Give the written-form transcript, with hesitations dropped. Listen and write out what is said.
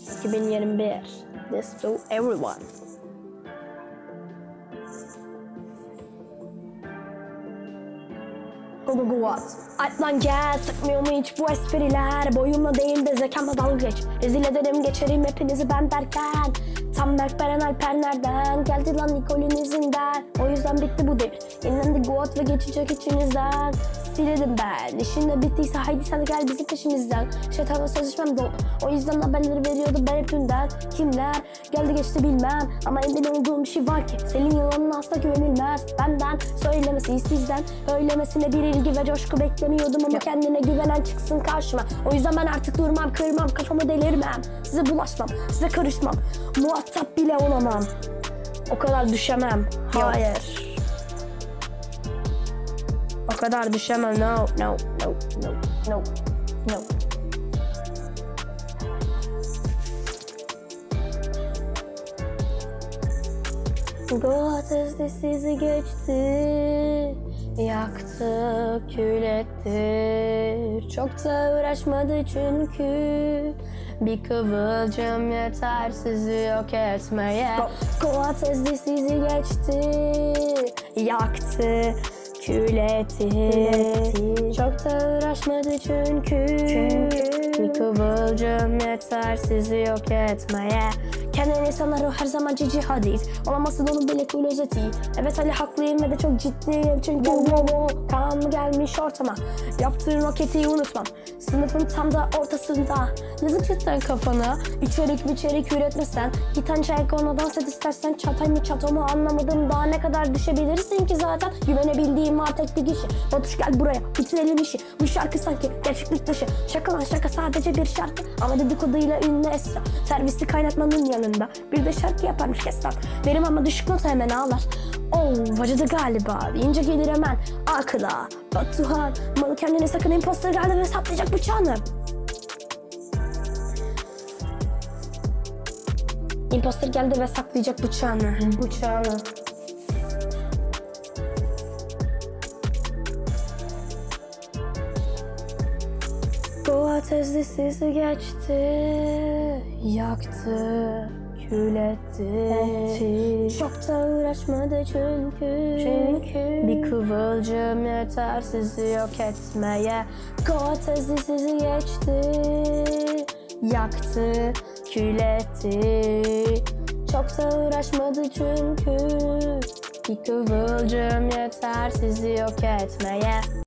2021. This to everyone. Go at. At lan gel, sıkmıyor mu hiç bu espriler? Boyumla değil de zekamla dalga geç. Rezil ederim geçerim hepinizi ben derken. Tam Berk Beren Alper nereden? Geldi lan Nikol'ün izinden. O yüzden bitti bu devir. Yenilendi Goat ve geçecek içinizden. Siledim ben. İşin de bittiyse haydi sen de gel bizim peşimizden. Şeytanla sözleşmem dolu. O yüzden haberleri veriyordu ben hep dünden. Kimler geldi geçti bilmem. Ama emin olduğum bir şey var ki senin yalanına asla güvenilmez. Benden söylemesi sizden. Öylemesine bir ilgi ve coşku beklemiyordum ama kendine güvenen çıksın karşıma. O yüzden ben artık durmam, kırmam, kafamı delirmem. Size bulaşmam, size karışmam. Muhatap bile olamam. O kadar düşemem. Hayır. O kadar düşemem. No, no, no, no, no, no. Goat hızlı sizi geçti, yaktı, kül etti. Çok da uğraşmadı çünkü bir kıvılcım yeter sizi yok etmeye. Goat hızlı sizi geçti, yaktı, kül etti. Çok da uğraşmadı çünkü bir kıvılcım yeter sizi yok etmeye. Kendine insanlar o her zaman cici hadis. Olamazsın onun bile cool özeti. Evet Ali haklıyım ve de çok ciddiyim. Çünkü kan gelmiş ortama. Yaptığın roketi unutmam. Sınıfın tam da ortasında. Yazık cidden kafana. İçerik üretmesen. Git çay konuda dans et istersen. Çatay mı çato mu anlamadım. Daha ne kadar düşebilirsin ki zaten. Güvenebildiğim var tek bir kişi. Batuş gel buraya bitirelim işi. Bu şarkı sanki gerçeklik dışı. Şaka lan şaka sadece bir şarkı. Ama dedikoduyla ünlü Esra. Servisi kaynatmanın yanında. Bir de şarkı yaparmış Kestan. Verim ama düşük nota hemen ağlar. Acıdı galiba deyince gelir hemen akla. Batuhan malı kendine sakın imposter geldi ve saplayacak bıçağını. Imposter geldi ve saklayacak bıçağını. Goat hızlı sizi geçti, yaktı, kül etti. Çok da uğraşmadı çünkü bir kıvılcım yeter sizi yok etmeye. Goat hızlı sizi geçti, yaktı, kül etti. Çok da uğraşmadı çünkü bir kıvılcım yeter sizi yok etmeye.